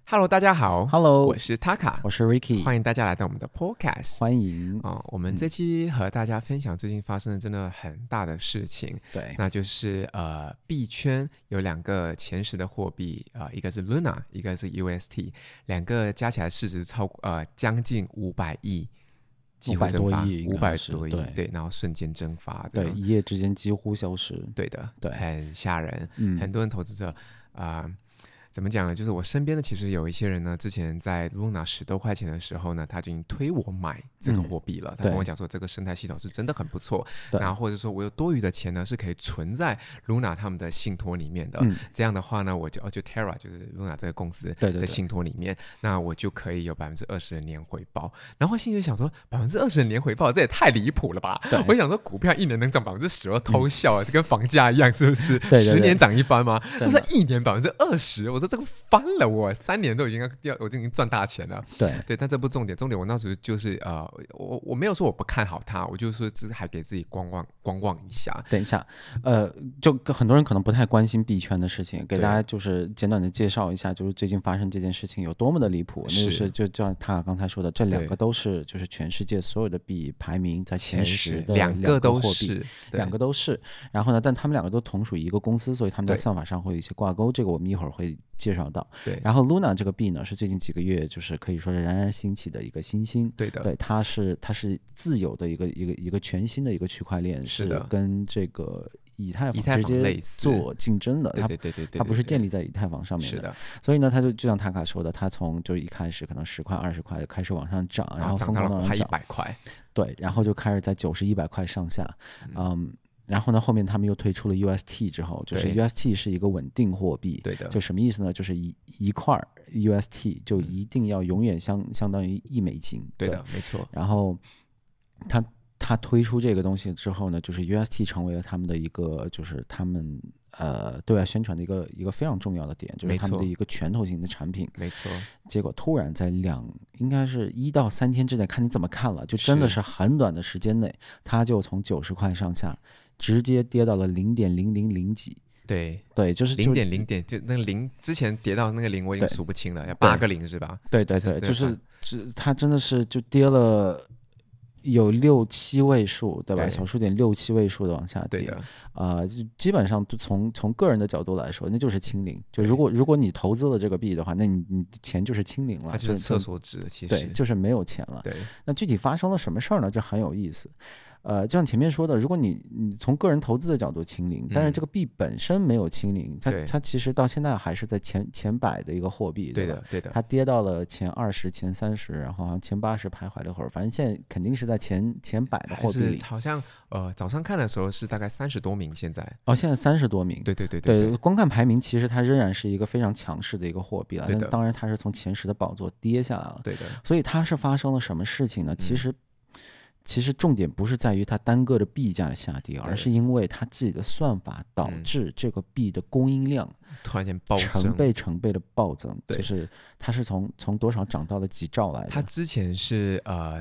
Hello， 大家好 Hello， 我是 Taka， 我是 Ricky， 欢迎大家来到我们的 Podcast。 欢迎我们这期和大家分享最近发生的真的很大的事情， 对， 那就是币圈有两个前十的货币，一个是 Luna， 一个是 UST， 两个加起来市值将近500亿。几乎蒸发500多亿，对，然后瞬间蒸发， 对，一夜之间几乎消失， 对的， 对， 很吓人，很多人投资者怎么讲呢？就是我身边的其实有一些人呢，之前在 Luna 10多块钱的时候呢，他就已经推我买这个货币了。他跟我讲说，这个生态系统是真的很不错，然后或者说我有多余的钱呢，是可以存在 Luna 他们的信托里面的。这样的话呢，我就Terra 就是 Luna 这个公司的信托里面，那我就可以有20%的年回报。然后心里就想说，20%的年回报，这也太离谱了吧？我想说，股票一年能涨10%，偷笑啊，这跟房价一样，是不是？10年涨一番吗？不是一年20%，我说这个翻了，我3年都已经我已经赚大钱了。对，但这不重点，重点我那时候就是我没有说我不看好它，我就说只是还给自己观望一下。 等一下，就很多人可能不太关心币圈的事情，给大家就是简短的介绍一下，就是最近发生这件事情有多么的离谱。那就是就像他刚才说的，这两个都是就是全世界所有的币排名在前10的两个货币，两个都是。然后呢，但他们两个都同属于一个公司，所以他们在算法上会有一些挂钩，这个我们一会儿会介绍到。 对， 然后 Luna 这个币呢，是最近几个月就是可以说是冉冉兴起的一个新星。 对的， 对，它是自有的一个全新的一个区块链，是跟这个以太坊直接做竞争的。它不是建立在以太坊上面的。 是的， 所以呢，它就像塔卡说的，它从就一开始可能10块20块开始往上涨，然后涨到了快100块。 对，然后就开始在90、100块上下。然后呢，后面他们又推出了 UST 之后，就是 UST 是一个稳定货币， 对的， 就什么意思呢？就是一块 UST 就一定要永远相当于$1， 对的，没错。 然后他推出这个东西之后呢，就是 UST 成为了他们的一个，就是他们对外宣传的一个非常重要的点，就是他们的一个拳头型的产品， 没错。 结果突然在应该是1到3天之内，看你怎么看了，就真的是很短的时间内，它就从90块上下直接跌到了0.000几。对，就是 0.0就那个0之前跌到那个0，我已经数不清了，要8个0是吧？ 对，就是它真的是就跌了有6、7位数，对吧？小数点6、7位数的往下跌。 对的， 就基本上从个人的角度来说，那就是清零。就如果你投资了这个币的话，那你钱就是清零了， 它就是厕所纸，其实对，就是没有钱了。 对， 那具体发生了什么事儿呢？这很有意思。就像前面说的，如果你从个人投资的角度清零，但是这个币本身没有清零，它其实到现在还是在前100的一个货币， 对的， 它跌到了前20、前30，然后好像前80徘徊了会儿，反正现在肯定是在前100的货币里。 好像早上看的时候是大概30多名，现在现在30多名。 对， 光看排名，其实它仍然是一个非常强势的一个货币了。但当然，它是从前10的宝座跌下来了。 对的， 所以它是发生了什么事情呢？其实重点不是在于它单个的币价的下跌，而是因为它自己的算法导致这个币的供应量突然间暴增， 成倍的暴增。就是它是从多少涨到了几兆来的。 它之前是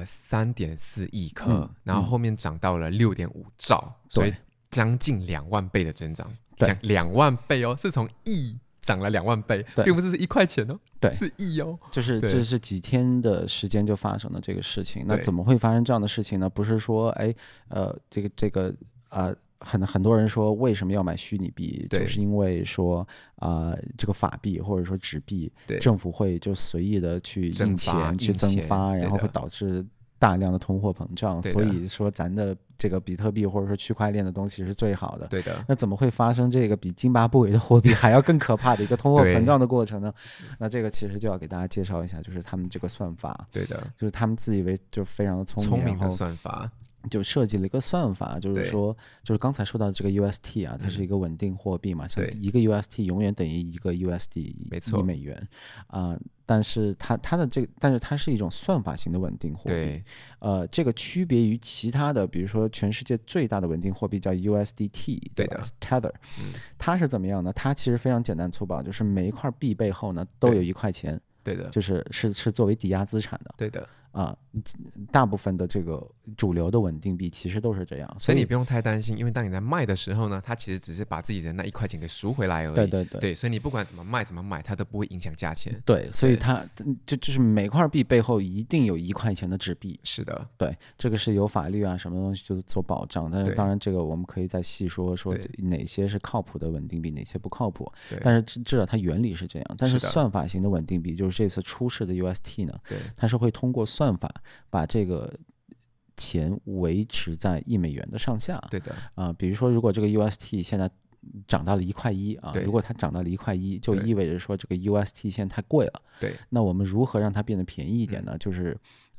3.4亿颗，然后后面涨到了6.5兆，所以将近2万倍的增长。讲2万倍哦，是从亿涨了2万倍，并不是1块钱哦， 对， 是亿哦。 就是这是几天的时间就发生了这个事情。那怎么会发生这样的事情呢？不是说很多人说为什么要买虚拟币，就是因为说这个法币或者说纸币，政府会就随意的去印钱去增发，然后会导致大量的通货膨胀，所以说咱的这个比特币或者说区块链的东西是最好的。 对的。 那怎么会发生这个比津巴布韦的货币还要更可怕的一个通货膨胀的过程呢？那这个其实就要给大家介绍一下，就是他们这个算法。 对的， 就是他们自以为就非常的聪明的算法。 就设计了一个算法，就是说，就是刚才说到的这个 UST 啊，它是一个稳定货币嘛，像一个 UST 永远等于一个 USD， 没错 ，$1但是它是一种算法型的稳定货币。这个区别于其他的，比如说全世界最大的稳定货币叫 USDT， 对的 ，Tether，它是怎么样呢？它其实非常简单粗暴，就是每一块币背后呢都有1块钱。 对的， 是作为抵押资产的。 对的。 大部分的这个主流的稳定币其实都是这样， 所以你不用太担心，因为当你在卖的时候呢，它其实只是把自己的那1块钱给赎回来而已。对，所以你不管怎么卖怎么买，它都不会影响价钱。 对，所以它就是每块币背后一定有1块钱的纸币。 是的， 对，这个是有法律啊什么东西就做保障，但是当然这个我们可以再细说哪些是靠谱的稳定币，哪些不靠谱。但是至少它原理是这样。但是算法型的稳定币，就是这次出世的 UST 呢，它是会通过算法把这个钱维持在$1的上下。 对的比如说如果这个 UST 现在涨到了1.1块如果它涨到了1.1块，就意味着说这个 UST 现在太贵了。 对， 那我们如何让它变得便宜一点呢？就是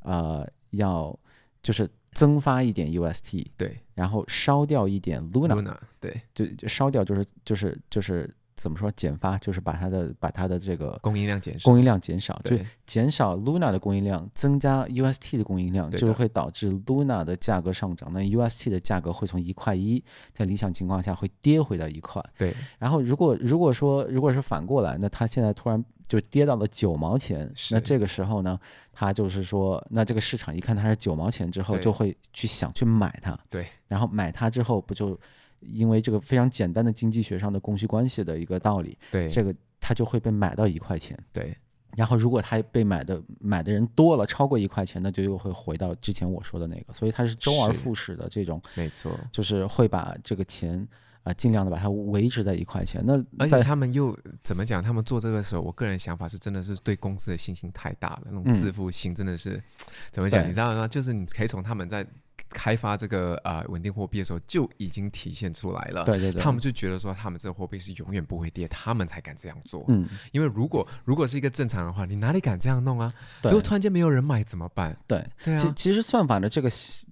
就是增发一点 UST， 对， 然后烧掉一点 Luna， 对， 就烧掉就是怎么说减发，就是把它的这个供应量减少， 就减少 Luna 的供应量，增加 UST 的供应量，就会导致 Luna 的价格上涨，那 UST 的价格会从1.1块，在理想情况下会跌回到1块。 对， 然后如果是反过来，那它现在突然就跌到了9毛钱，那这个时候呢，它就是说，那这个市场一看它是9毛钱之后，就会想去买它。 对， 然后买它之后，不就因为这个非常简单的经济学上的供需关系的一个道理， 对， 这个它就会被买到1块钱。 对， 然后如果它被买的人多了，超过1块钱，那就又会回到之前我说的那个，所以它是周而复始的这种， 没错， 就是会把这个钱尽量的把它维持在1块钱。那而且他们又怎么讲？他们做这个时候，我个人想法是真的是对公司的信心太大了，那种自负心真的是怎么讲？你知道吗？就是你可以从他们在开发这个稳定货币的时候就已经体现出来了。 对， 他们就觉得说他们这个货币是永远不会跌，他们才敢这样做。因为如果是一个正常的话，你哪里敢这样弄啊？如果突然间没有人买怎么办？ 对啊，其实算法的这个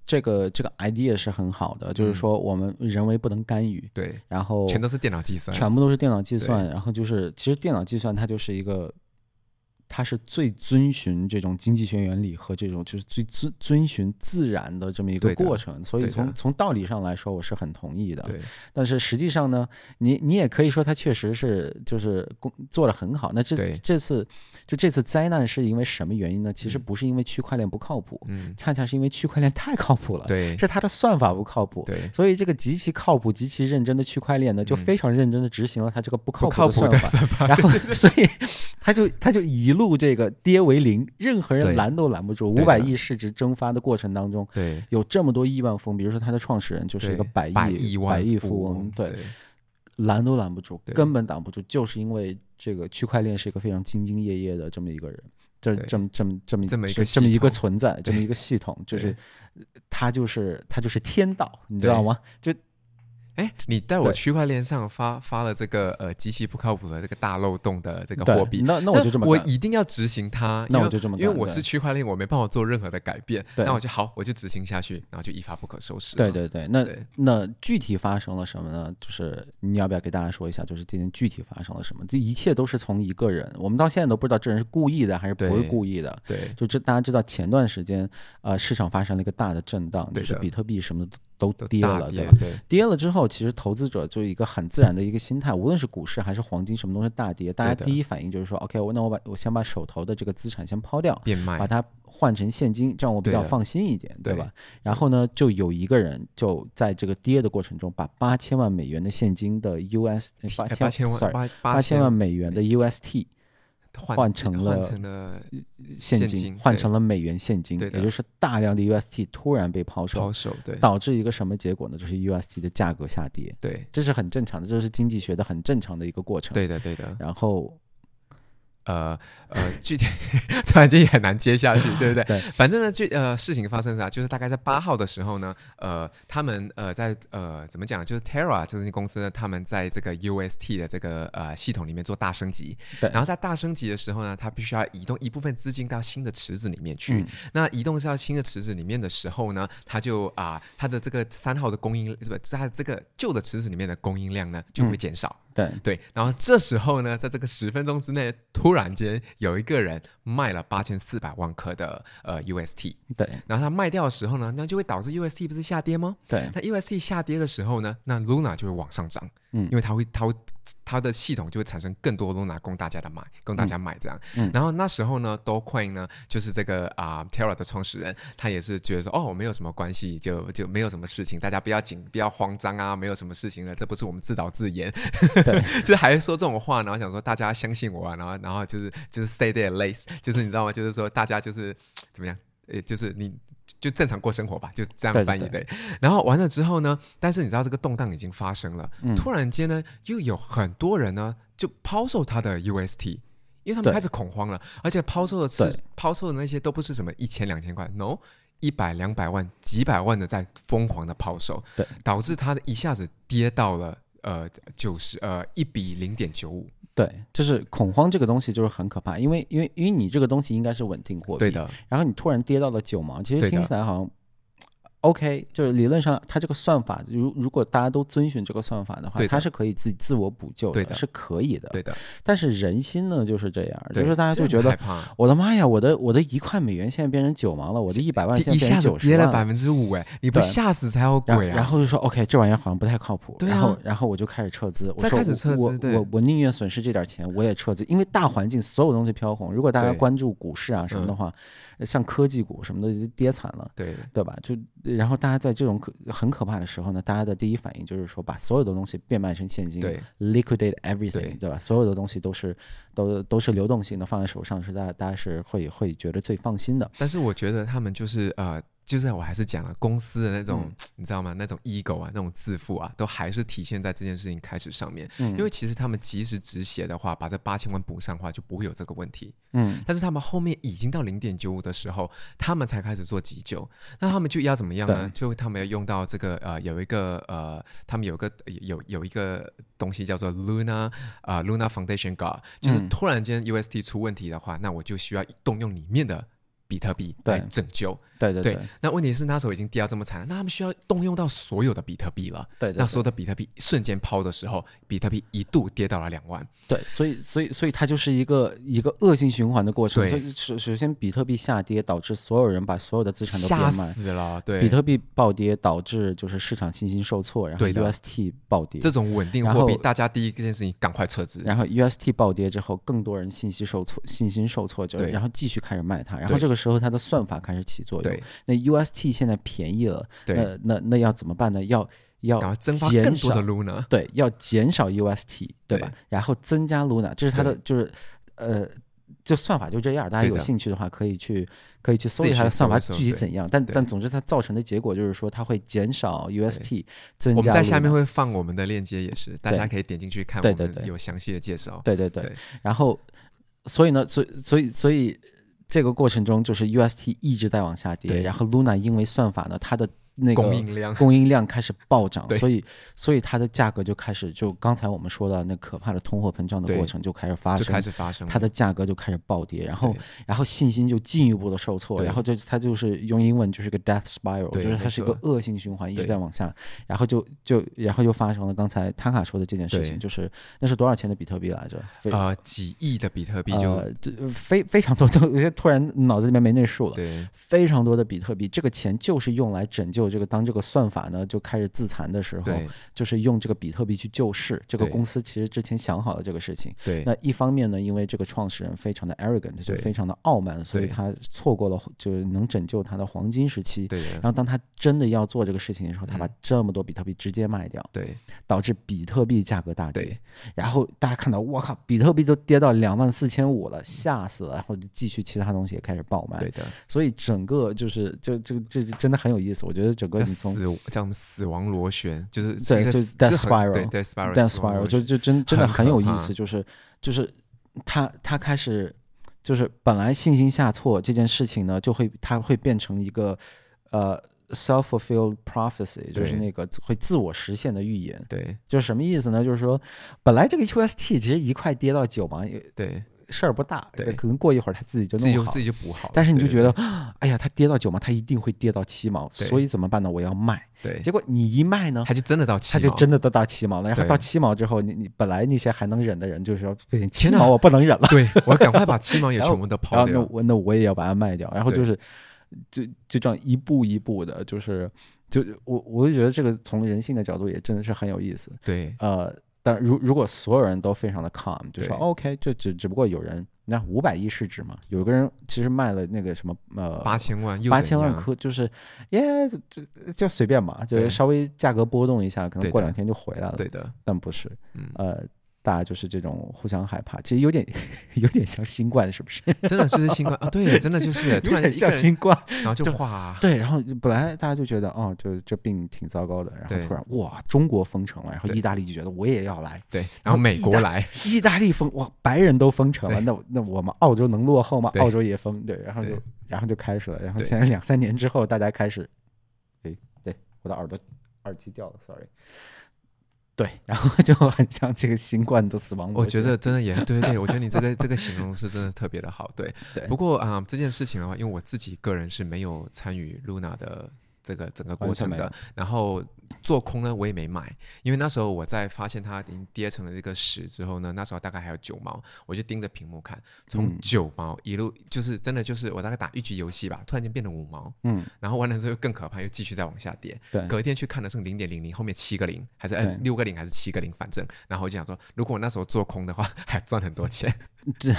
idea 是很好的，就是说我们人为不能干预。 对， 然后全都是电脑计算， 全部都是电脑计算。然后就是其实电脑计算它就是一个。它是最遵循这种经济学原理和这种就是最遵循自然的这么一个过程，所以从道理上来说我是很同意的。 对， 但是实际上呢，你也可以说它确实是就是做得很好。那这次灾难是因为什么原因呢？其实不是因为区块链不靠谱，恰恰是因为区块链太靠谱了， 对， 是它的算法不靠谱。 对， 所以这个极其靠谱、极其认真的区块链呢，就非常认真的执行了它这个不靠谱的算法，然后所以它就一路这个跌为0，任何人拦都拦不住。500亿市值蒸发的过程当中， 对， 有这么多亿万富翁，比如说他的创始人就是一个百亿富翁，对，拦都拦不住，根本挡不住，就是因为这个区块链是一个非常兢兢业业的这么一个人，这么一个存在，这么一个系统，就是他就是天道，你知道吗？就。 你在我区块链上发了这个极其不靠谱的这个大漏洞的这个货币， 那我就这么干， 我一定要执行它， 那我就这么干， 因为我是区块链，我没办法做任何的改变，那我就执行下去，然后就一发不可收拾。 对，那具体发生了什么呢？就是你要不要给大家说一下，就是今天具体发生了什么？这一切都是从一个人，我们到现在都不知道这人是故意的还是不是故意的。 对， 就大家知道前段时间市场发生了一个大的震荡，就是比特币什么都跌了，对吧？跌了之后，其实投资者就一个很自然的一个心态，无论是股市还是黄金，什么东西大跌，大家第一反应就是说 ，OK， 我先把手头的这个资产先抛掉， 变卖， 把它换成现金，这样我比较放心一点，对吧？然后呢，就有一个人就在这个跌的过程中，把8000万美元的现金的 8000万美元的 UST。换成了现金，换成了美元现金，也就是大量的 UST 突然被抛售， 对， 导致一个什么结果呢？就是 UST 的价格下跌， 对， 这是很正常的，这是经济学的很正常的一个过程， 对的。 然后具体突然间也很难接下去，对不对？反正呢，事情发生啥，就是大概在8号的时候呢，他们在怎么讲呢？就是 Terra 这间公司呢，他们在这个 UST 的这个系统里面做大升级，然后在大升级的时候呢，他必须要移动一部分资金到新的池子里面去。那移动到新的池子里面的时候呢，他就他的这个3号的供应，不是他的这个旧的池子里面的供应量呢就会减少。对，然后这时候呢，在这个10分钟之内，突然间有一个人卖了8400万颗的UST， 对， 然后他卖掉的时候呢，那就会导致 UST 不是下跌吗？ 对， 那 UST 下跌的时候呢，那 Luna 就会往上涨。 因为它的系统就会产生更多 Luna 供大家买这样。然后那时候呢 Dogecoin 呢就是这个Terra 的创始人，他也是觉得说我没有什么关系，就没有什么事情，大家不要慌张啊，没有什么事情了，这不是我们自导自演就还说这种话，然后想说大家相信我啊，然后就是 stay there late， 就是你知道吗，就是说大家就是怎么样，就是你就正常过生活吧，就这样翻译。对，然后完了之后呢，但是你知道这个动荡已经发生了，突然间呢又有很多人呢就抛售他的 UST， 因为他们开始恐慌了，而且抛售的那些都不是什么1000、2000块 ，no， 100、200万、几百万的在疯狂的抛售，导致他一下子跌到了1比0.95。 对，就是恐慌这个东西就是很可怕，因为你这个东西应该是稳定货币， 对的， 然后你突然跌到了9毛，其实听起来好像OK， 就是理论上它这个算法，如果大家都遵循这个算法的话，它是可以自我补救的，是可以的。 对的。 但是人心呢就是这样，就是大家就觉得，我的妈呀，我的1块美元现在变成9毛了，我的100万现在变成90万了， 一下子跌了5%，哎，你不吓死才有鬼啊！ 然后就说 OK， 这玩意儿好像不太靠谱，然后我就开始撤资，我宁愿损失这点钱，我也撤资，因为大环境所有东西飘红。如果大家关注股市啊什么的话，像科技股什么的就跌惨了，对吧？然后大家在这种很可怕的时候呢，大家的第一反应就是说把所有的东西变卖成现金， liquidate everything， 对吧？所有的东西都是流动性的，放在手上是大家是会觉得最放心的。 但是我觉得他们就是我还是讲了，公司的那种你知道吗？那种 ego 啊，那种自负啊，都还是体现在这件事情开始上面。因为其实他们即使止血的话，把这8000万补上的话，就不会有这个问题。但是他们后面已经到0.95的时候，他们才开始做急救。那他们就要怎么样呢？就他们要用到这个他们有一个东西叫做 Luna Foundation Guard， 就是突然间 UST 出问题的话，那我就需要动用里面的比特币来拯救。对，那问题是那时候已经跌到这么惨了，那他们需要动用到所有的比特币了。那所有的比特币瞬间抛的时候，比特币一度跌到了2万。 对，所以它就是一个恶性循环的过程。所以首先比特币下跌导致所有人把所有的资产都变卖， 吓死了。对， 比特币暴跌导致就是市场信心受挫，然后 UST 暴跌。 这种稳定货币，大家第一件事情赶快撤资。 然后 UST 暴跌之后，更多人信心受挫，然后继续开始卖它。然后这个时候它的算法开始起作用。那 UST 现在便宜了，那要怎么办呢？要增发更多的 Luna， 对，要减少 UST， 对吧？然后增加 Luna， 这是它的就算法就这样。大家有兴趣的话，可以去搜一下它的算法具体怎样。但总之，它造成的结果就是说，它会减少 UST， 增加 Luna。 我们在下面会放我们的链接，也是大家可以点进去看，我们有详细的介绍。 对。然后，所以呢，所以。这个过程中就是 UST 一直在往下跌，然后 Luna 因为算法呢，它的那个供应量开始暴涨，所以它的价格就开始刚才我们说到那可怕的通货膨胀的过程就开始发生，它的价格就开始暴跌，然后信心就进一步的受挫，然后它就是用英文就是个 death spiral， 就是它是一个恶性循环，一直在往下，然后就发生了刚才塔卡说的这件事情，就是那是多少钱的比特币来着？ 几亿的比特币非常多，突然脑子里面没那数了，非常多的比特币，这个钱就是用来拯救当这个算法呢就开始自残的时候，就是用这个比特币去救市。这个公司其实之前想好了这个事情。那一方面呢，因为这个创始人非常的 arrogant， 就非常的傲慢，所以他错过了就是能拯救他的黄金时期。然后当他真的要做这个事情的时候，他把这么多比特币直接卖掉，导致比特币价格大跌。然后大家看到，我靠，比特币都跌到24500了，吓死了。然后继续其他东西也开始爆卖。所以整个这真的很有意思。我觉得整个叫死亡螺旋，就是对，就 death spiral， 就真的很有意思。就是他开始就是本来信心下挫这件事情呢，它会变成一个self-fulfilled prophecy， 就是那个会自我实现的预言。就是什么意思呢？就是说本来这个 UST 其实1块跌到9毛，事儿不大，可能过一会儿他自己就弄好， 自己就补好。 但是你就觉得，哎呀，他跌到9毛，他一定会跌到7毛，所以怎么办呢？我要卖。结果你一卖呢， 他就真的到7毛， 他就真的都到7毛了。然后到7毛之后，你本来那些还能忍的人，就是说不行，7毛我不能忍了， 我要赶快把7毛也全部都抛掉。 那我也要把它卖掉。然后就这样一步一步的，就是就我就觉得这个从人性的角度也真的是很有意思。 对， 但如果所有人都非常的 calm， 就说 OK， 就只不过有人那500亿市值嘛，有个人其实卖了那个什么 8000万颗，就是就随便嘛，就稍微价格波动一下，可能过2天就回来了。 对的， 但不是，大家就是这种互相害怕，其实有点像新冠，是不是？ 真的就是新冠啊！对，真的就是突然像新冠， 然后就哇， 对，然后本来大家就觉得就这病挺糟糕的，然后突然哇，中国封城了，然后意大利就觉得我也要来， 对，然后美国来， 意大利封，哇，白人都封城了，那我们澳洲能落后吗？澳洲也封，对，然后就开始了，然后现在2-3年之后，大家开始，对，我的耳机掉了 ，sorry。对，然后就很像这个新冠的死亡模式。 我觉得真的也对，我觉得你这个形容是真的特别的好。对，不过这件事情的话，因为我自己个人是没有参与 Luna 的这个整个过程的，然后做空呢我也没买，因为那时候我在发现它已经跌成了这个10之后呢，那时候大概还有9毛，我就盯着屏幕看，从9毛一路就是真的就是我大概打1局游戏吧，突然间变成5毛，然后完了之后又更可怕，又继续再往下跌，隔一天去看的是0.00，后面7个0，还是6个0还是7个0，反正，然后我就想说，如果我那时候做空的话，还赚很多钱。 对，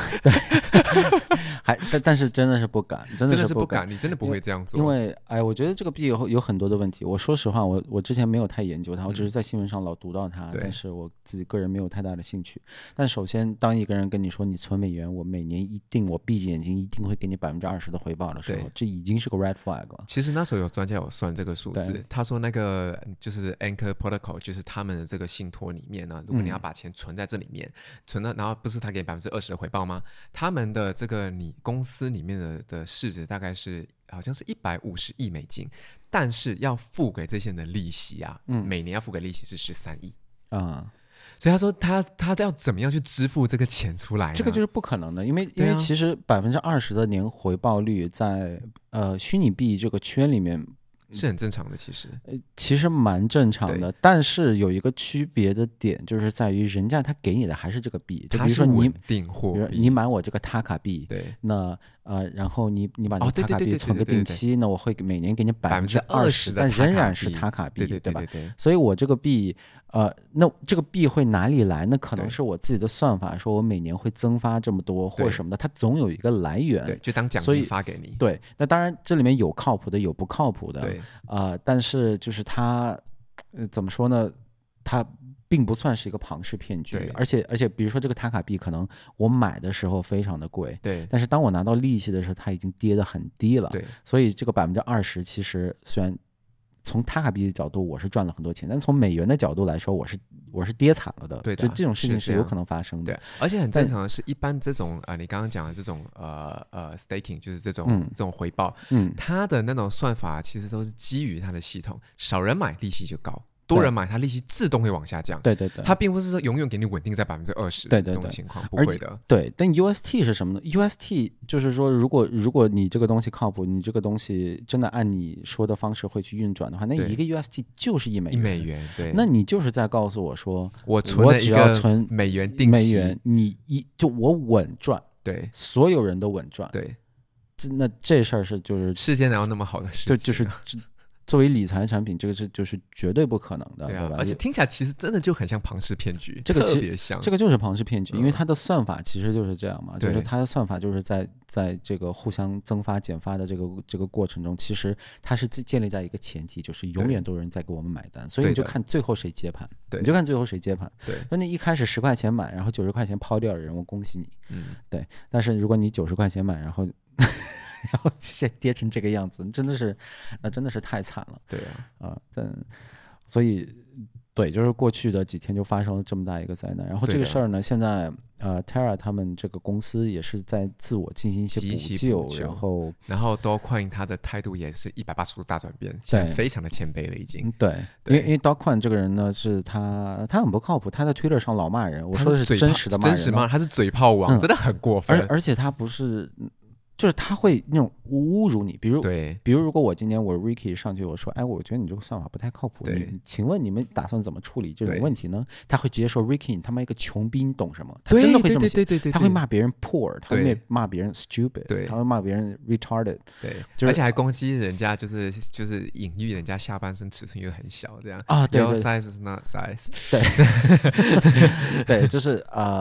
但是真的是不敢，真的是不敢， 你真的不会这样做。 因为我觉得这个币有很多的问题。我说实话，我之前没有太研究它，我只是在新闻上老读到它，但是我自己个人没有太大的兴趣。但首先，当一个人跟你说你存美元，我每年我闭着眼睛一定会给你20%的回报的时候，这已经是个 red flag 了。 其实那时候有专家有算这个数字，他说那个就是 Anchor Protocol， 就是他们的这个信托里面呢，如果你要把钱存在这里面，存了，然后不是他给20%的回报吗？他们的这个你公司里面的市值大概是好像是150亿美金，但是要付给这些人的利息啊，每年要付给利息是13亿啊。所以他说他要怎么样去支付这个钱出来呢？ 这个就是不可能的，因为其实20%的年回报率在虚拟币这个圈里面是很正常的， 其实蛮正常的，但是有一个区别的点，就是在于人家他给你的还是这个币，就比如说稳定货币， 你买我这个塔卡币， 对， 那然后你把你塔卡币存个定期，那我会每年给你20%，但仍然是塔卡币，对吧？所以我这个币那这个币会哪里来？那可能是我自己的算法，说我每年会增发这么多或者什么的，它总有一个来源， 对，就当奖金发给你。 对，那当然这里面有靠谱的，有不靠谱的， 对， 但是就是它怎么说呢？它并不算是一个庞氏骗局，而且比如说这个塔卡币，可能我买的时候非常的贵， 对， 但是当我拿到利息的时候，它已经跌得很低了， 对， 所以这个20%其实虽然从塔卡币的角度我是赚了很多钱，但从美元的角度来说，我是跌惨了的， 对的， 就这种事情是有可能发生的， 对，而且很正常的是，一般这种你刚刚讲的这种staking， 就是这种回报，它的那种算法其实都是基于它的系统，少人买利息就高。多人买，它利息自动会往下降。 对， 它并不是说永远给你稳定在20%这种情况，不会的。 对，但 UST 是什么呢 ？UST 就是说，如果你这个东西靠谱，你这个东西真的按你说的方式会去运转的话，那一个 UST 就是1美元。 对， 那你就是在告诉我说， 我只要存美元定期， 美元你我稳赚， 对， 所有人都稳赚， 对。 那这事儿就是世界哪有那么好的事情？ 就是作为理财产品，这个就是绝对不可能的，对吧？ 而且听起来其实真的就很像庞氏骗局， 这个特别像。 这个就是庞氏骗局，因为它的算法其实就是这样嘛，就是它的算法就是在这个互相增发减发的这个过程中，其实它是建立在一个前提，就是永远都有人在给我们买单，所以你就看最后谁接盘，你就看最后谁接盘。 对， 那你一开始10块钱买，然后90块钱抛掉的人，我恭喜你。对。但是如果你90块钱买，然后现在跌成这个样子，真的是太惨了。 对啊， 所以对，就是过去的几天就发生了这么大一个灾难。然后这个事儿呢，现在Terra 他们这个公司也是在自我进行一些补救， 然后Dogecoin 他的态度也是180度大转变，现在非常的谦卑了已经。 对，因为 Dogecoin 这个人呢，是他很不靠谱，他在 Twitter 上老骂人，我说的是真实的骂人， 他是嘴炮王，真的很过分。 而且他不是。 就是他会那种侮辱你，比如如果我今天我 Ricky 上去我说，哎，我觉得你这个算法不太靠谱，请问你们打算怎么处理这种问题呢？他会直接说 Ricky 你他妈一个穷逼，你懂什么？他真的会这么写，他会骂别人 poor， 他会骂别人 stupid， 他会骂别人 retarded， 对，而且还攻击人家，就是隐喻人家下半身尺寸又很小这样啊，对 ，Your size is not size， 对，就是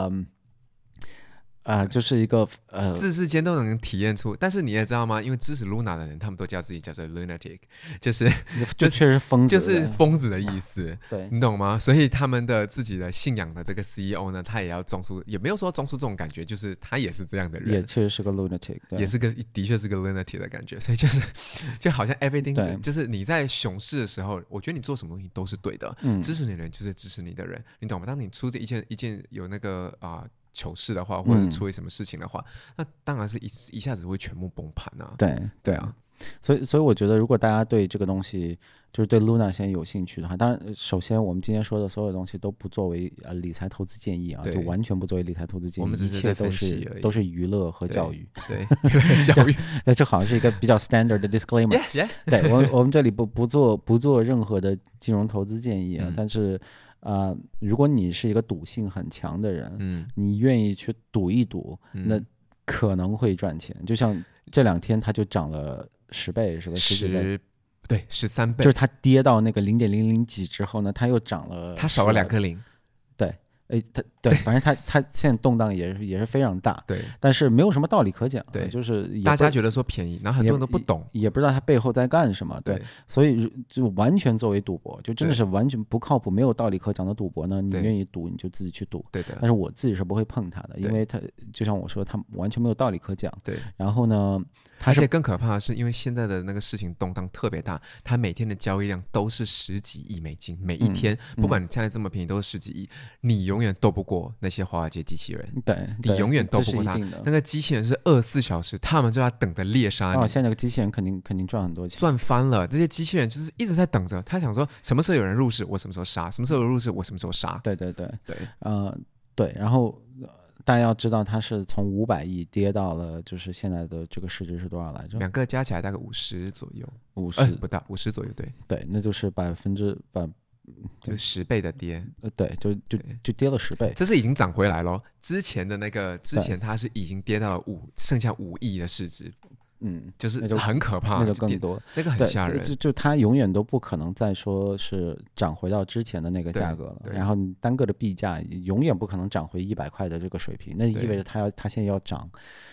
就是一个字之间都能体验出，但是你也知道吗？因为支持 Luna 的人，他们都叫自己叫做 lunatic， 就确实疯子， 就是疯子的意思， 对， 你懂吗？所以他们的自己的信仰的这个 CEO 呢，他也要装出，也没有说装出这种感觉，就是他也是这样的人， 也确实是个 lunatic， 也是的确是个 lunatic 的感觉，所以就好像 everything， 就是你在熊市的时候，我觉得你做什么东西都是对的，支持你的人就是支持你的人，你懂吗？当你出这一件有那个糗事的话，或者处理什么事情的话，那当然是一下子会全部崩盘啊。 对啊，所以我觉得，如果大家对这个东西，就是对 Luna 现在有兴趣的话，当然，首先我们今天说的所有东西都不作为理财投资建议啊，就完全不作为理财投资建议， 我们只是在分析而已， 都是娱乐和教育。 对，教育。 那这好像是一个比较 standard 的 disclaimer。对，我们这里不做任何的金融投资建议啊，但是。如果你是一个赌性很强的人，你愿意去赌一赌，那可能会赚钱。就像这2天它就涨了10倍，是吧？10几倍， 对，13倍。 就是它跌到那个0.00几之后呢，它又涨了， 它少了2个0。 对。反正它现在动荡也是非常大， 对， 但是没有什么道理可讲， 对， 就是大家觉得说便宜，然后很多人都不懂， 也不知道它背后在干什么，对，所以就完全作为赌博，就真的是完全不靠谱、没有道理可讲的赌博呢，你愿意赌你就自己去赌， 对的。 但是我自己是不会碰它的，因为它就像我说，它完全没有道理可讲， 对。 然后呢， 而且更可怕的是，因为现在的那个事情动荡特别大，它每天的交易量都是10几亿美金，每一天，不管你现在这么便宜，都是10几亿，你永远斗不过那些华尔街机器人， 对， 你永远斗不过他。那个机器人是24小时，他们就要等着猎杀你。 现在那个机器人肯定赚很多钱， 赚翻了。这些机器人就是一直在等着，他想说什么时候有人入市，我什么时候杀；什么时候有人入市，我什么时候杀。 对，对，然后大家要知道，它是从500亿跌到了，就是现在的这个市值是多少来着 ？2个加起来大概50左右 ，50 不到50左右， 对，那就是就10倍的跌， 对，就跌了10倍， 这是已经涨回来了。之前它是已经跌到了剩下5亿的市值，就是很可怕， 那就更多， 那个很吓人。 就它永远都不可能再说是涨回到之前的那个价格了，然后你单个的币价永远不可能涨回100块的这个水平，那意味着它现在要涨。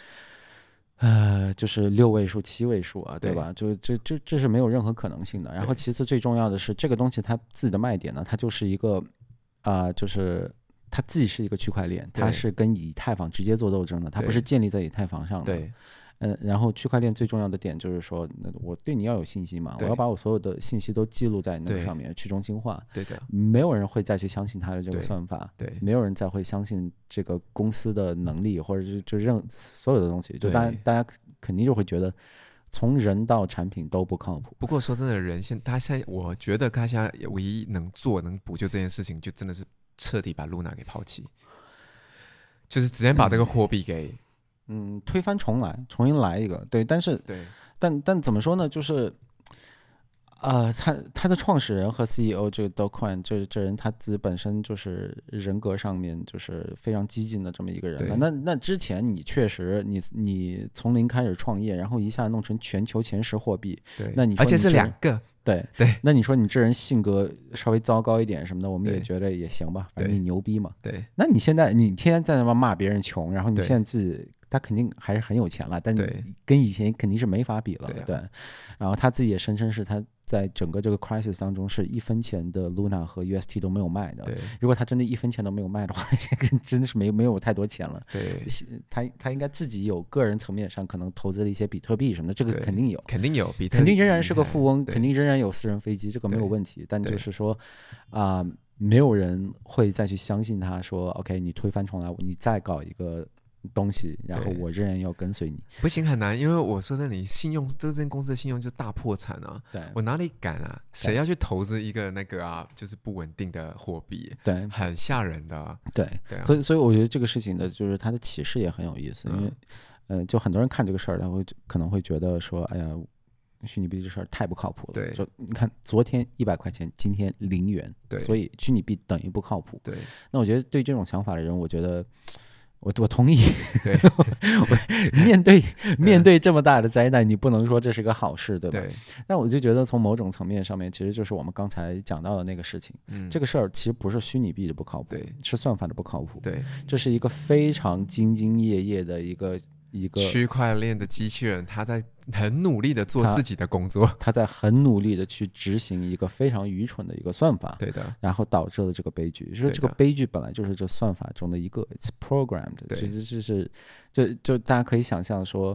就是6位数、7位数啊，对吧？就这是没有任何可能性的。然后其次最重要的是，这个东西它自己的卖点呢，它就是一个就是它自己是一个区块链，它是跟以太坊直接做斗争的，它不是建立在以太坊上的。 对。 然后区块链最重要的点就是说，我对你要有信心嘛，我要把我所有的信息都记录在那个上面，去中心化。 对的， 没有人会再去相信他的这个算法， 对， 没有人再会相信这个公司的能力，或者就所有的东西，就大家肯定就会觉得，从人到产品都不靠谱。 不过说真的，他现在我觉得他现在唯一能做能补救这件事情，就真的是彻底把 Luna 给抛弃，就是直接把这个货币给。 推翻重新来一个，对，但是但怎么说呢？就是他的创始人和 CEO 这个 Do Kwon 这人他自己本身就是人格上面就是非常激进的这么一个人。那之前你确实你从零开始创业，然后一下弄成全球前10货币， 对， 那你说而且是2个。 对，那你说你这人性格稍微糟糕一点什么的，我们也觉得也行吧，反正你牛逼嘛。 对， 那你现在你天天在那骂别人穷，然后你现在自己他肯定还是很有钱了，但跟以前肯定是没法比了。对，然后他自己也声称是他在整个这个 crisis 当中是1分钱的 Luna 和 UST 都没有卖的。 对， 如果他真的1分钱都没有卖的话，真的是没有太多钱了。 对， 他应该自己有个人层面上可能投资了一些比特币什么的，这个肯定有， 肯定有， 肯定仍然是个富翁，肯定仍然有私人飞机，这个没有问题。但就是说没有人会再去相信他说 OK 你推翻重来，你再搞一个东西，然后我仍然要跟随你， 不行，很难。因为我说真的，你信用这间公司的信用就是大破产啊！ 对， 我哪里敢啊？谁要去投资一个那个就是不稳定的货币？ 对， 很吓人的。 对，所以我觉得这个事情的就是它的启示也很有意思，因为就很多人看这个事儿，他可能会觉得说，哎呀，虚拟币这事儿太不靠谱了。 对， 说你看昨天100块钱，今天0元， 对， 所以虚拟币等于不靠谱。 对， 那我觉得对这种想法的人，我觉得我同意。 对， 面对这么大的灾难，你不能说这是个好事，对吧？ 对。 但我就觉得从某种层面上面，其实就是我们刚才讲到的那个事情。这个事儿其实不是虚拟币的不靠谱， 对， 是算法的不靠谱。 对， 这是一个非常兢兢业业的一个区块链的机器人，他在很努力的做自己的工作， 他在很努力的去执行一个非常愚蠢的一个算法， 对的， 然后导致了这个悲剧。就是这个悲剧本来就是这算法中的一个 ，it's programmed， 其实是就大家可以想象说，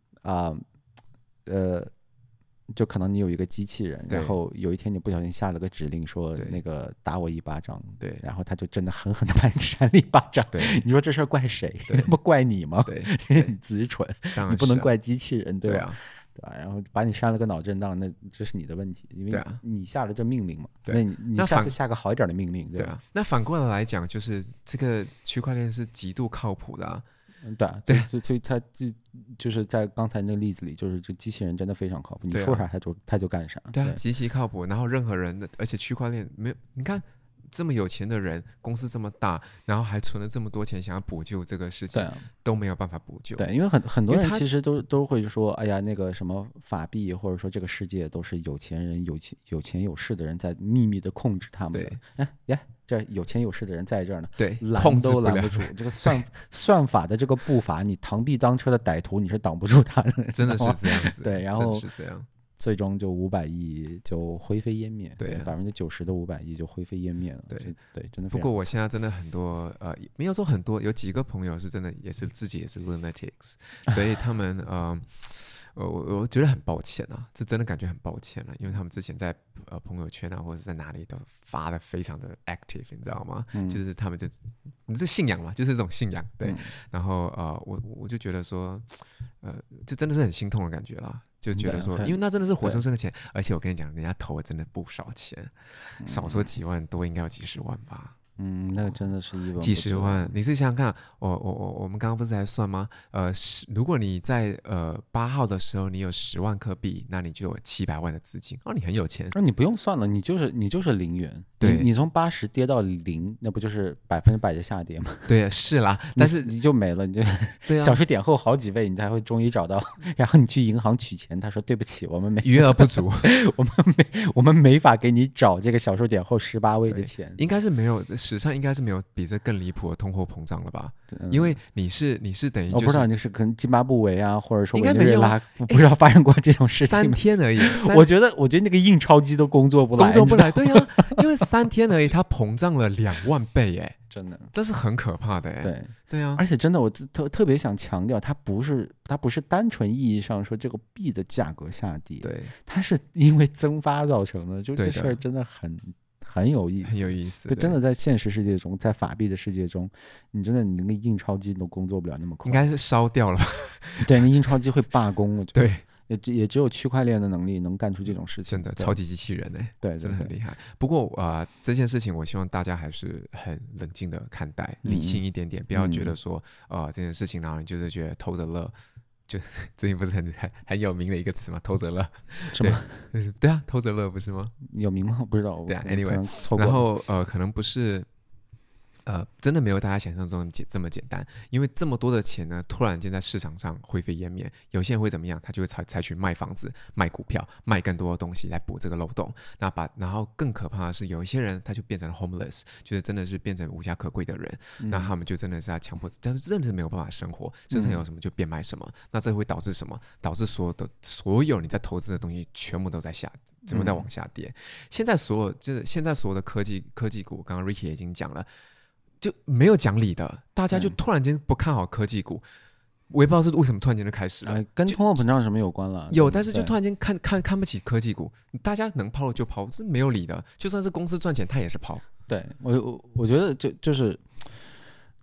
就可能你有一个机器人，然后有一天你不小心下了个指令说那个打我1巴掌， 对， 然后他就真的狠狠的把你扇了1巴掌， 对， 你说这事儿怪谁？不怪你吗？ 对， 你自己蠢，你不能怪机器人，对吧？对吧？然后把你扇了个脑震荡，那这是你的问题，因为你下了这命令嘛。 对， 那你下次下个好一点的命令，对吧？ 那反过来讲，就是这个区块链是极度靠谱的。 对，所以他就是在刚才那个例子里，就是这机器人真的非常靠谱，你说啥他就干啥。 对啊，极其靠谱。然后任何人，而且区块链没有，你看这么有钱的人，公司这么大，然后还存了这么多钱，想要补救这个事情，都没有办法补救。 对，因为很多人其实都会说，哎呀，那个什么法币，或者说这个世界都是有钱人、有钱有势的人在秘密的控制他们的。哎这有钱有势的人在这儿呢， 对， 拦都拦不住。这个算法的这个步伐，你螳臂当车的歹徒，你是挡不住他的， 真的是这样子。 对，然后是这样， 最终就500亿就灰飞烟灭。 对 ，90%的500亿就灰飞烟灭了。对，真的。 不过我现在真的很多没有说很多，有几个朋友是真的自己也是 lunatics， 所以他们我觉得很抱歉啊，这真的感觉很抱歉了，因为他们之前在朋友圈啊或者在哪里都发的非常的 active， 你知道吗？就是他们这信仰嘛，就是这种信仰，对。然后我就觉得说，就真的是很心痛的感觉啦，就觉得说，因为那真的是活生生的钱，而且我跟你讲，人家投了真的不少钱，少说几万多，应该有几十万吧。 那个真的是几十万，你自己想想看，我们刚刚不是在算吗？如果你在8号的时候你有10万颗币，那你就有700万的资金，你很有钱。 那你不用算了，你就是0元， 对， 你从80跌到0，那不就是100%的下跌吗？ 对，是啦，但是你就没了，你就对啊， 小数点后好几位，你才会终于找到，然后你去银行取钱，他说对不起，我们没余额不足， 我们没法给你找这个小数点后18位的钱， 应该是没有。史上应该是没有比这更离谱的通货膨胀了吧？因为你是等于我不知道你是跟津巴布韦啊，或者说委内瑞拉， 不知道发生过这种事情。 3天而已， 我觉得那个印钞机都工作不来， 对啊，因为3天而已，它膨胀了2万倍，哎， 真的， 这是很可怕的，哎，对啊， 而且真的，我特别想强调，它不是单纯意义上说这个币的价格下跌， 对， 它是因为增发造成的，就这事儿真的很有意思， 很有意思。 就真的在现实世界中，在法币的世界中，你那个印钞机都工作不了那么快， 应该是烧掉了吧？ 对，那印钞机会罢工，我觉得。 对， 也只有区块链的能力能干出这种事情， 真的超级机器人对， 真的很厉害。不过这件事情我希望大家还是很冷静的看待，理性一点点，不要觉得说这件事情然后你就是觉得偷着乐。就最近不是很有名的一个词吗？偷着乐， 是吗？ 对啊，偷着乐不是吗？ 有名吗？不知道。 对啊 ，anyway， 然后可能不是。真的没有大家想象中这么简单，因为这么多的钱呢，突然间在市场上灰飞烟灭，有些人会怎么样？他就会采取卖房子、卖股票、卖更多的东西来补这个漏洞。然后更可怕的是，有一些人他就变成了 homeless， 就是真的是变成无家可归的人。那他们就真的是在强迫，但是真的是没有办法生活，身上有什么就变卖什么。那这会导致什么？导致所有你在投资的东西全部都在全部在往下跌。现在所有的科技股，刚刚 Ricky 也已经讲了。就没有讲理的，大家就突然间不看好科技股，我也不知道是为什么突然间就开始了。 跟通货膨胀什么有关了？ 有，但是就突然间看不起科技股，大家能抛就抛，是没有理的。就算是公司赚钱，他也是抛。 对，我觉得就是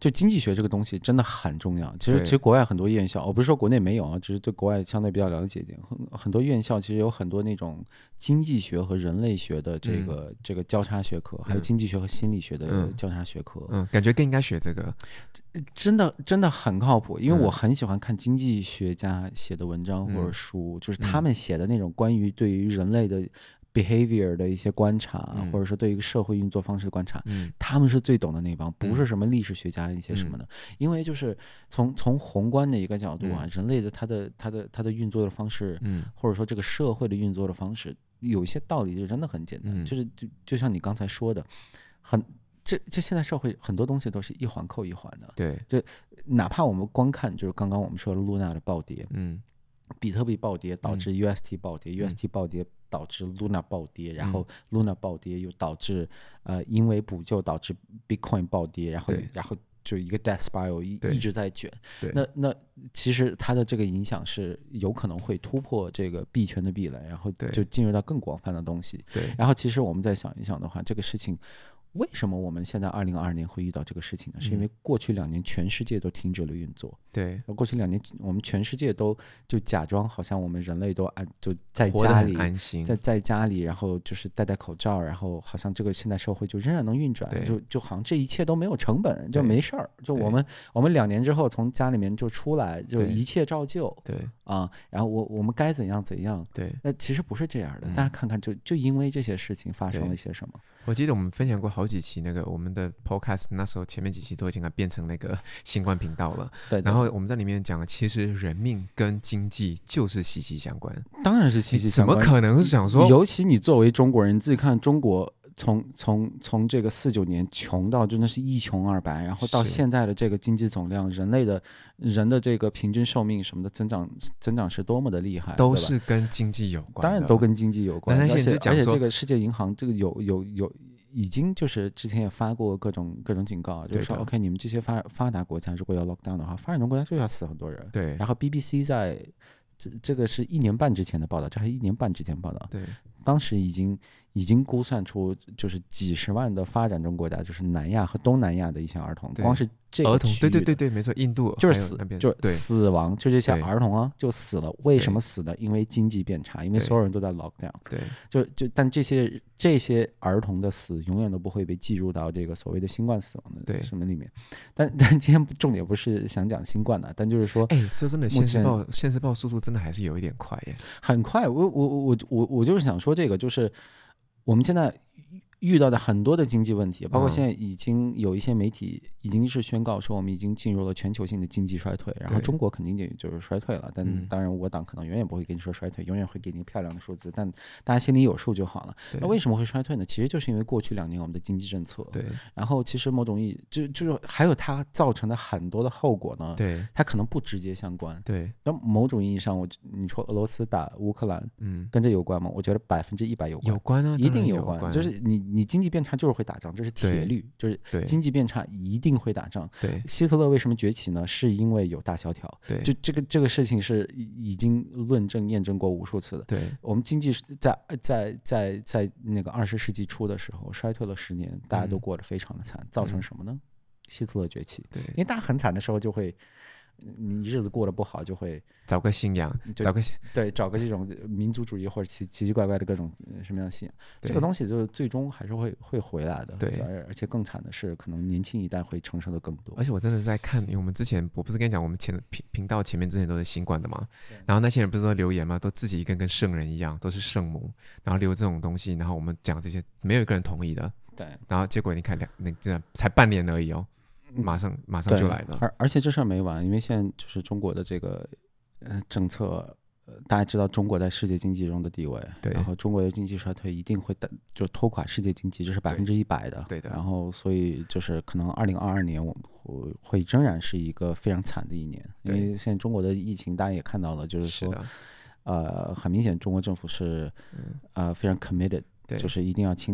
就经济学这个东西真的很重要。其实国外很多院校，我不是说国内没有啊，只是对国外相对比较了解一点。很多院校其实有很多那种经济学和人类学的这个交叉学科，还有经济学和心理学的交叉学科。 感觉更应该学这个， 真的很靠谱。因为我很喜欢看经济学家写的文章或者书，就是他们写的那种关于对于人类的behavior 的一些观察，或者说对一个社会运作方式的观察，他们是最懂的那帮，不是什么历史学家一些什么的。因为就是从宏观的一个角度啊，人类的他的运作的方式，或者说这个社会的运作的方式，有一些道理就真的很简单，就像你刚才说的，这现在社会很多东西都是一环扣一环的。 对， 就哪怕我们光看就是刚刚我们说的 Luna 的暴跌，比特币暴跌导致 UST 暴跌，UST 暴跌导致 Luna 暴跌，然后 Luna 暴跌又导致因为补救导致 Bitcoin 暴跌，然后就一个 death spiral 一直在卷。那其实它的这个影响是有可能会突破这个币圈的壁垒，然后就进入到更广泛的东西。然后其实我们再想一想的话，这个事情为什么我们现在2022年会遇到这个事情呢？是因为过去2年全世界都停止了运作。 对， 过去2年我们全世界都就假装好像我们人类都就在家里安心， 在家里，然后就是戴口罩，然后好像这个现代社会就仍然能运转，就好像这一切都没有成本，就没事儿。就我们2年之后从家里面就出来，就一切照旧。 对啊，然后我们该怎样怎样。 对， 那其实不是这样的。大家看看，就因为这些事情发生了一些什么。 我记得我们分享过好几期那个我们的 podcast， 那时候前面几期都已经变成那个新冠频道了。 对， 然后我们在里面讲了，其实人命跟经济就是息息相关。 当然是息息相关， 怎么可能是想说？ 尤其你作为中国人，你自己看中国。从这个49年穷到真的是一穷二白，然后到现在的这个经济总量，人的这个平均寿命什么的增长是多么的厉害， 都是跟经济有关的。 当然都跟经济有关， 而且这个世界银行这个有已经就是之前也发过各种警告，就是说 OK， 你们这些发达国家如果要 lockdown 的话，发展中国家就要死很多人。 对， 然后 BBC 在这个是1年半之前的报道，这还是1年半之前报道。 对， 当时已经估算出就是几十万的发展中国家，就是南亚和东南亚的一些儿童，光是这个儿童，对，没错，印度就是死亡，就这些儿童啊就死了。为什么死的？因为经济变差，因为所有人都在 lockdown。 对， 但这些儿童的死永远都不会被计入到这个所谓的新冠死亡的什么里面。但今天重点不是想讲新冠的，但就是说， 说真的，现世报速度真的还是有一点快耶， 很快。我就是想说这个，就是我们现在遇到的很多的经济问题，包括现在已经有一些媒体已经是宣告说我们已经进入了全球性的经济衰退，然后中国肯定就是衰退了，但当然我党可能永远不会跟你说衰退，永远会给你漂亮的数字，但大家心里有数就好了。那为什么会衰退呢？其实就是因为过去2年我们的经济政策，然后其实某种意义就是还有它造成的很多的后果呢，它可能不直接相关。那某种意义上，你说俄罗斯打乌克兰，跟这有关吗？我觉得100% 有关啊， 一定有关，就是你经济变差就是会打仗，这是铁律，就是经济变差一定会打仗。希特勒为什么崛起呢？是因为有大萧条。就这个事情是已经论证验证过无数次的。我们经济在那个20世纪初的时候衰退了10年，大家都过得非常的惨，造成什么呢？希特勒崛起。因为大家很惨的时候就会。你日子过得不好，就会找个信仰，找个这种民族主义或者奇奇怪怪的各种什么样的信仰，这个东西就最终还是会回来的。而且更惨的是，可能年轻一代会承受的更多。 而且我真的在看，因为我们之前我不是跟你讲，我们频道前面之前都是新冠的嘛，然后那些人不是都留言嘛，都自己一个跟圣人一样，都是圣母，然后留这种东西，然后我们讲这些，没有一个人同意的。然后结果你看这才半年而已哦。马上就来了， 而且这事儿没完，因为现在就是中国的这个政策，大家知道中国在世界经济中的地位，然后中国的经济衰退一定会就拖垮世界经济，这是100%的，然后所以就是可能2022年我们会仍然是一个非常惨的一年，因为现在中国的疫情大家也看到了，就是说很明显中国政府是非常 committed，就是一定要清零。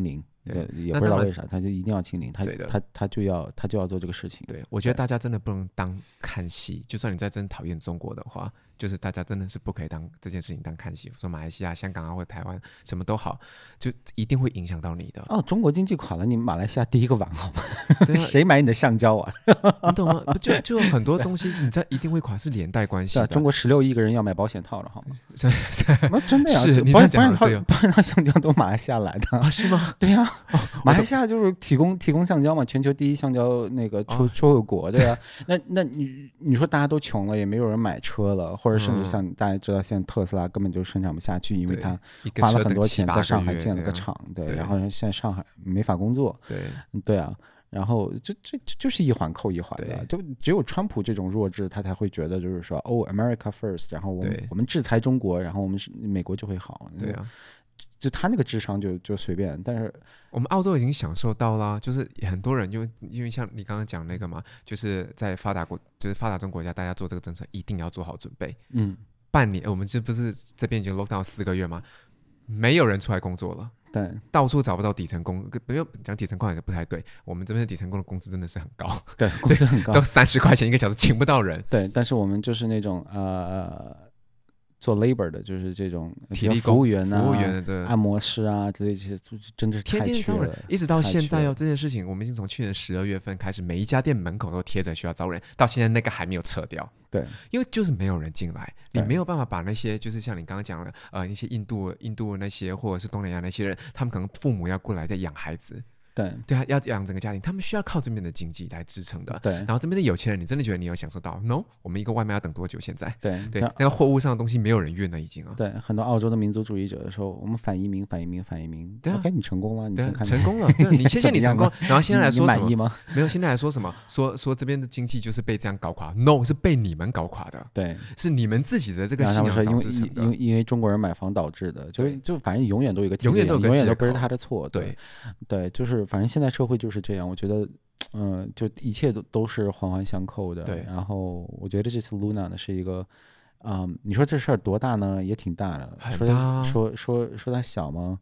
也不知道为啥，他就一定要清零，他就要做这个事情。 对，我觉得大家真的不能当看戏，就算你再真讨厌中国的话，就是大家真的是不可以当这件事情当看戏。说马来西亚、香港啊或者台湾什么都好，就一定会影响到你的。 中国经济垮了，你马来西亚第一个玩好吗？谁买你的橡胶啊？ 你懂吗？就很多东西你在一定会垮，是连带关系的。 中国16亿个人要买保险套了，好吗？真的呀， 是你这样讲对， 保险套橡胶都马来西亚来的啊？是吗？ 对呀，马来西亚就是提供橡胶嘛，全球第一橡胶那个出口国的呀。那你说大家都穷了，也没有人买车了，或者甚至像大家知道，现在特斯拉根本就生产不下去，因为他花了很多钱在上海建了个厂，对，然后现在上海没法工作，对啊。然后这就是一环扣一环的，就只有川普这种弱智，他才会觉得就是说America first， 然后我们制裁中国，然后美国就会好。 对啊， 就他那个智商就随便，但是我们澳洲已经享受到了，就是很多人因为像你刚刚讲那个嘛，就是在发达中国家，大家做这个政策一定要做好准备。半年我们这不是这边已经 lock down 4个月吗？没有人出来工作了。 对， 到处找不到底层工，不用讲底层工也不太对，我们这边的底层工的工资真的是很高， 对，工资很高， 都30块钱1个小时，请不到人。 对，但是我们就是那种做 labor 的，就是这种体力服务员啊、 服务员的按摩师啊之类这些，真的是太缺了， 天天招人，一直到现在这件事情我们已经从去年12月份开始，每一家店门口都贴着需要招人，到现在那个还没有撤掉。 对， 因为就是没有人进来，你没有办法把那些就是像你刚刚讲的一些印度那些或者是东南亚那些人，他们可能父母要过来再养孩子。对啊，要养整个家庭，他们需要靠这边的经济来支撑的。 对， 然后这边的有钱人，你真的觉得你有享受到 ？No， 我们一个外卖要等多久？现在？ 对， 那个货物上的东西没有人运了，已经啊。 对，很多澳洲的民族主义者说，我们反移民。 对啊 ，OK， 你成功了，你先看成功了。对，你谢谢你成功。然后现在来说什么？ 你满意吗？ 没有，现在来说什么？说这边的经济就是被这样搞垮 ？No， 是被你们搞垮的。 对， 是你们自己的这个信仰导致成的。 因为中国人买房导致的，就反正永远都有一个永远都不是他的错。对，就是反正现在社会就是这样，我觉得，就一切都是环环相扣的。 对， 然后我觉得这次 Luna 呢是一个，你说这事儿多大呢？也挺大的。 很大。 说它小吗？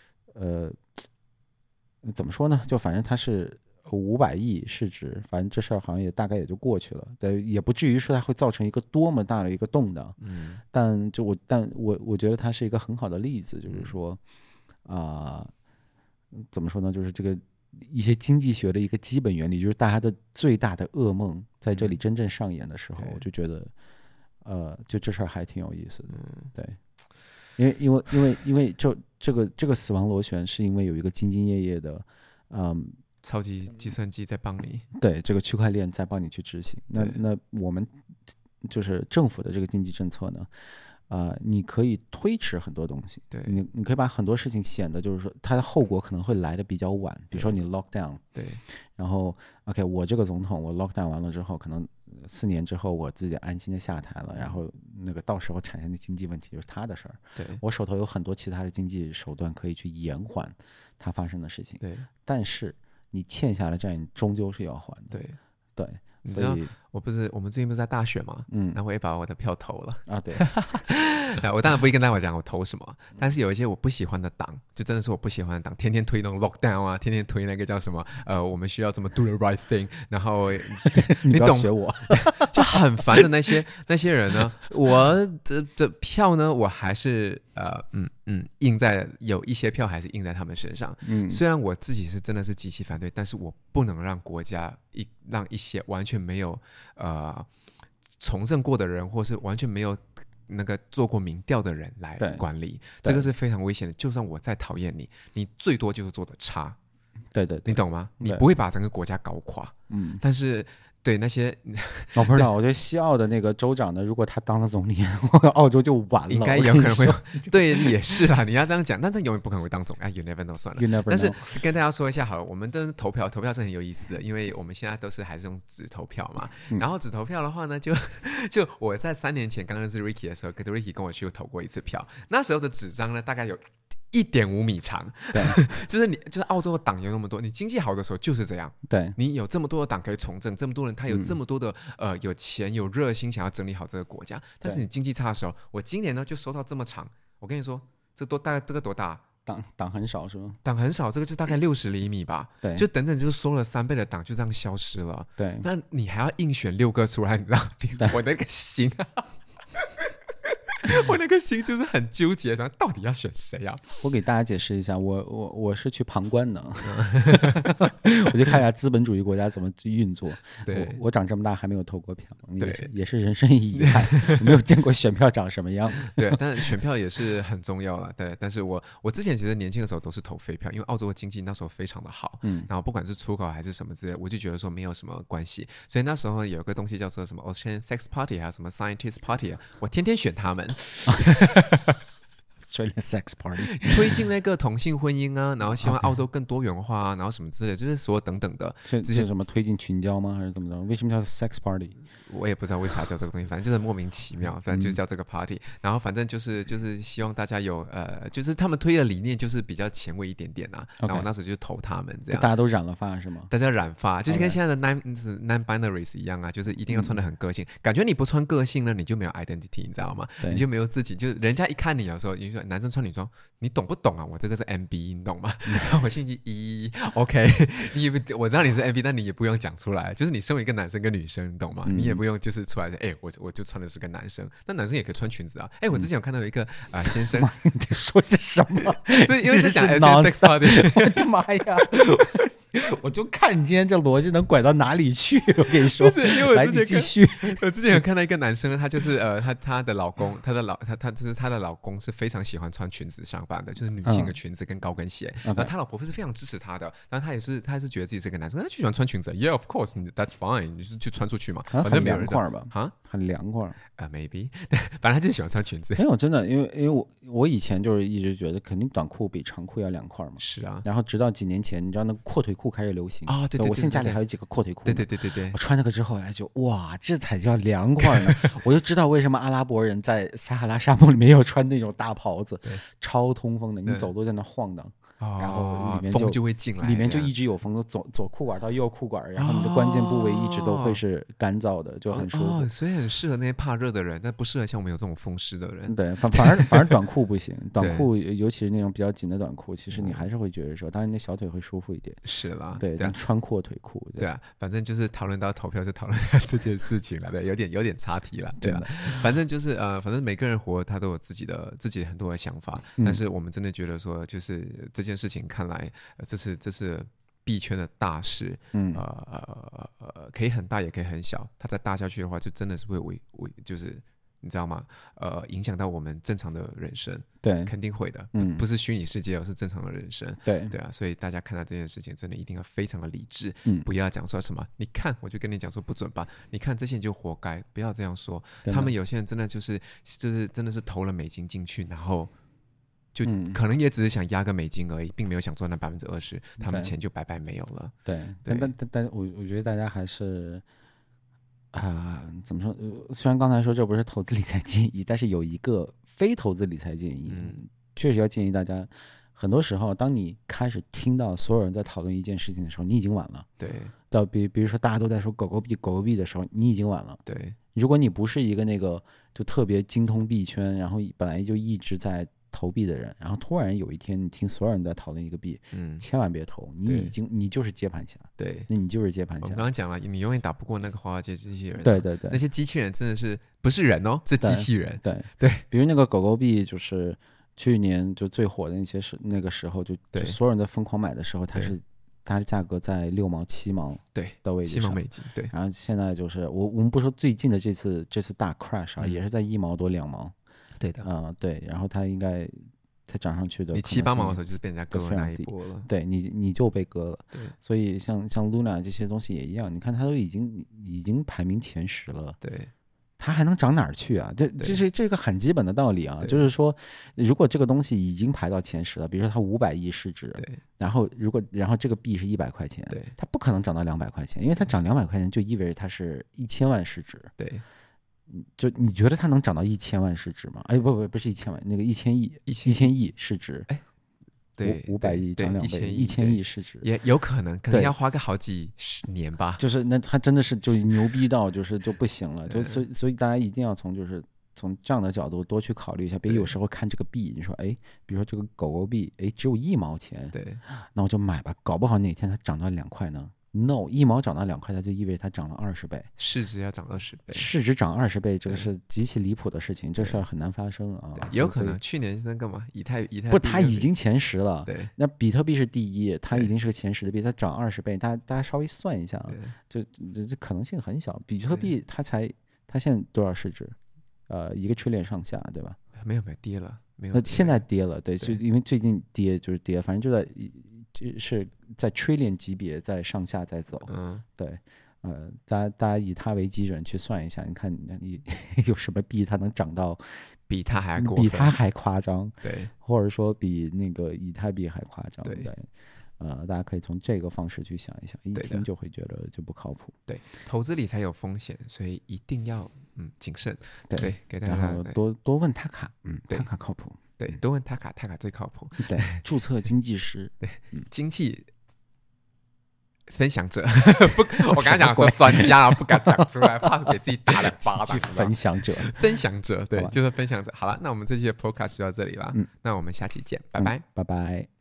怎么说呢？就反正它是500亿市值，反正这事儿好像大概也就过去了。对，也不至于说它会造成一个多么大的一个动荡。但我觉得它是一个很好的例子，就是说，怎么说呢？就是这个。一些经济学的一个基本原理，就是大家的最大的噩梦在这里真正上演的时候，我就觉得，就这事儿还挺有意思的。对，因为就这个死亡螺旋，是因为有一个兢兢业业的， 超级计算机在帮你， 对，这个区块链在帮你去执行。那我们就是政府的这个经济政策呢？你可以推迟很多东西， 对， 你可以把很多事情显得就是说它的后果可能会来的比较晚，比如说你 lock down， 对， 然后 OK， 我这个总统我 lock down 完了之后，可能4年之后我自己安心的下台了，然后那个到时候产生的经济问题就是他的事儿， 对， 我手头有很多其他的经济手段可以去延缓它发生的事情， 对， 但是你欠下的债你终究是要还的，对。 你知道我们最近不是在大选嘛，然后我也把我的票投了啊，对， 我当然不会跟大家讲我投什么，但是有一些我不喜欢的党，就真的是我不喜欢的党，天天推那种 lockdown 啊，天天推那个叫什么我们需要怎么 do the right thing， 然后你不要学我， 就很烦的那些人呢，我的票呢，我还是印在有一些票还是印在他们身上，虽然我自己是真的是极其反对，但是我不能让国家让一些完全没有从政过的人，或是完全没有那个做过民调的人来管理，这个是非常危险的。就算我再讨厌你，你最多就是做的差， 对， 你懂吗？你不会把整个国家搞垮，但是。对那些我不知道，我觉得西澳的那个州长呢，如果他当了总理，澳洲就完了。 应该有可能会有，对，也是啦。你要这样讲，但他永远不可能会当总。You never know， 算了。但是跟大家说一下好了，我们的投票是很有意思的，因为我们现在都是还是用纸投票嘛。然后纸投票的话呢，就我在3年前刚认识 Ricky 的时候，Ricky 跟我去投过一次票。那时候的纸张呢，大概有1.5米长， 对， 就是澳洲的党有那么多，你经济好的时候就是这样， 对， 你有这么多的党可以从政，这么多人他有这么多的有钱有热心想要整理好这个国家，但是你经济差的时候，我今年呢就收到这么长，我跟你说，大概这个多大？ 档很少是吗？ 档很少，这个就大概60厘米吧。 对， 就等等就是缩了3倍的档，就这样消失了。 对， 那你还要硬选6个出来，你知道我那个心我那个心就是很纠结，想到底要选谁啊？ 我给大家解释一下，我是去旁观的，我就看一下资本主义国家怎么运作。 对， 我长这么大还没有投过票， 对， 也是人生遗憾，没有见过选票长什么样。 对，但选票也是很重要了。对，但是我之前其实年轻的时候都是投废票，因为澳洲的经济那时候非常的好，然后不管是出口还是什么之类，我就觉得说没有什么关系。所以那时候有个东西叫做什么 Australian Sex Party 还有什么 Scientist Party 我天天选他们。 Australian Sex Party 推进那个同性婚姻啊，然后希望澳洲更多元化啊，然后什么之类的，就是说等等的。 这是什么推进群交吗？还是怎么着？为什么叫 Sex Party？ 我也不知道为啥叫这个东西，反正就是莫名其妙，反正就是叫这个 party。然后反正就是希望大家有就是他们推的理念就是比较前卫一点点啊。然后我那时候就投他们这样。 大家都染了发是吗？ 大家染发就是跟现在的 non-binaries 一样啊，就是一定要穿得很个性。感觉你不穿个性呢，你就没有 identity， 你知道吗？你就没有自己，就人家一看你有时候，你说男生穿女装，你懂不懂啊？我这个是 MB， 你懂吗？然后我星期一 OK， 我知道你是 MB， 但你也不用讲出来，就是你身为一个男生跟女生，你懂吗？你也不用就是出来我就穿的是个男生，那男生也可以穿裙子啊。我之前有看到有一个先生， 你得说些什么？ 因为是讲 sex party， 我的妈呀！我就看你今天这逻辑能拐到哪里去。我跟你说， 不是因为来你继续。 我之前有看到一个男生，他就是他的老公，他就是他的老公是非常喜欢穿裙子上班的，就是女性的裙子跟高跟鞋。然后他老婆是非常支持他的，然后他也是觉得自己是个男生，他就喜欢穿裙子。Yeah, of course, that's fine， 你就去穿出去嘛，反正没有人凉快吧？ 啊， 很凉快。 maybe， 反正他就喜欢穿裙子。 没有真的，因为我以前就是一直觉得肯定短裤比长裤要凉快嘛。 是啊。 然后直到几年前，你知道那个阔腿裤开始流行啊，对， 我现在家里还有几个阔腿裤。 对， 我穿那个之后，就哇，这才叫凉快呢！我就知道为什么阿拉伯人在撒哈拉沙漠里面要穿那种大袍子，超通风的，你走都在那晃荡。然后里面风就会进来， 里面就一直有风，左裤管到右裤管，然后你的关键部位一直都会是干燥的，就很舒服。 所以很适合那些怕热的人，但不适合像我们有这种风湿的人。 对，反而短裤不行，短裤尤其是那种比较紧的短裤，其实你还是会觉得说，当然你的小腿会舒服一点。 是啦， 对，穿阔腿裤。 对啊，反正就是讨论到投票就讨论到这件事情了，对，有点岔题了，对了，反正就是反正每个人活他都有自己很多的想法，但是我们真的觉得说，就是这件事情看来。这是币圈的大事，可以很大也可以很小。它再大下去的话，就真的是会就是你知道吗？影响到我们正常的人生， 对， 肯定会的，不是虚拟世界，而是正常的人生，对啊。所以大家看到这件事情，真的一定要非常的理智，不要讲说什么，你看，我就跟你讲说不准吧，你看这些人就活该，不要这样说。他们有些人真的就是真的是投了美金进去，然后。就可能也只是想压个美金而已，并没有想赚那20%，他们钱就白白没有了。 对，但我觉得大家还是怎么说？虽然刚才说这不是投资理财建议，但是有一个非投资理财建议，确实要建议大家。很多时候，当你开始听到所有人在讨论一件事情的时候，你已经晚了。 对， 到比如说大家都在说狗狗币的时候，你已经晚了。 对， 如果你不是一个那个就特别精通币圈，然后本来就一直在投币的人，然后突然有一天你听所有人在讨论一个币，千万别投，你就是接盘侠， 对， 那你就是接盘侠。 我刚刚讲了，你永远打不过那个华尔街机器人， 对， 那些机器人真的是不是人哦，是机器人，对， 比如那个狗狗币，就是去年就最火的那个时候，就所有人在疯狂买的时候，它的价格在6毛7毛的位置上，7 毛美金，对， 然后现在就是我们不说最近的这次大 crash 啊，也是在1毛多2毛。 对的， 对，然后它应该才涨上去的。 你7、8毛的时候就是被人家割了那一波了， 对你就被割了。 对， 所以像 Luna 这些东西也一样，你看它都已经排名前10了， 对， 它还能涨哪儿去啊？这是个很基本的道理啊，就是说，如果这个东西已经排到前10了，比如说它500亿市值， 对， 然后这个币是100块钱， 对， 它不可能涨到200块钱，因为它涨200块钱就意味着它是1000万市值， 对。 就你觉得它能涨到1000万市值吗？不是1000万，那个1000亿市值，对，500亿涨2倍，1000亿市值也有可能要花个好几10年吧。 就是那它真的是就牛逼到就不行了，所以大家一定要从就是从这样的角度多去考虑一下，别有时候看这个币，你说哎，比如说这个狗狗币，哎，只有1毛钱， 对， 那我就买吧，搞不好哪天它涨到2块呢。No， 1毛涨到2块，它就意味着它涨了20倍， 市值要涨20倍， 市值涨20倍，这个是极其离谱的事情，这事儿很难发生啊。 有可能去年那个嘛，以太不，它已经前10了。 对， 那比特币是第1，它已经是个前10的币，它涨20倍，大家稍微算一下，这可能性很小。比特币它现在多少市值？1个trillion上下，对吧？ 没有跌了，没有。 现在跌了，对，就因为最近就是跌，反正就是在 trillion 级别在上下在走。对，大家以它为基准去算一下，你看你有什么币它能涨到比它还夸张， 对， 或者说比那个以太币还夸张， 对。 大家可以从这个方式去想一想，一听就会觉得就不靠谱。 对，投资理财有风险，所以一定要谨慎。对，给大家然后多问他卡，他卡靠谱。 对，多问他卡最靠谱。 对，注册经济师， 对，经济分享者，我刚才讲说专家不敢讲出来，怕给自己打2巴掌。 分享者， 对，就是分享者。好了，那我们这期的 podcast 就到这里了。那我们下期见，拜拜， 拜拜。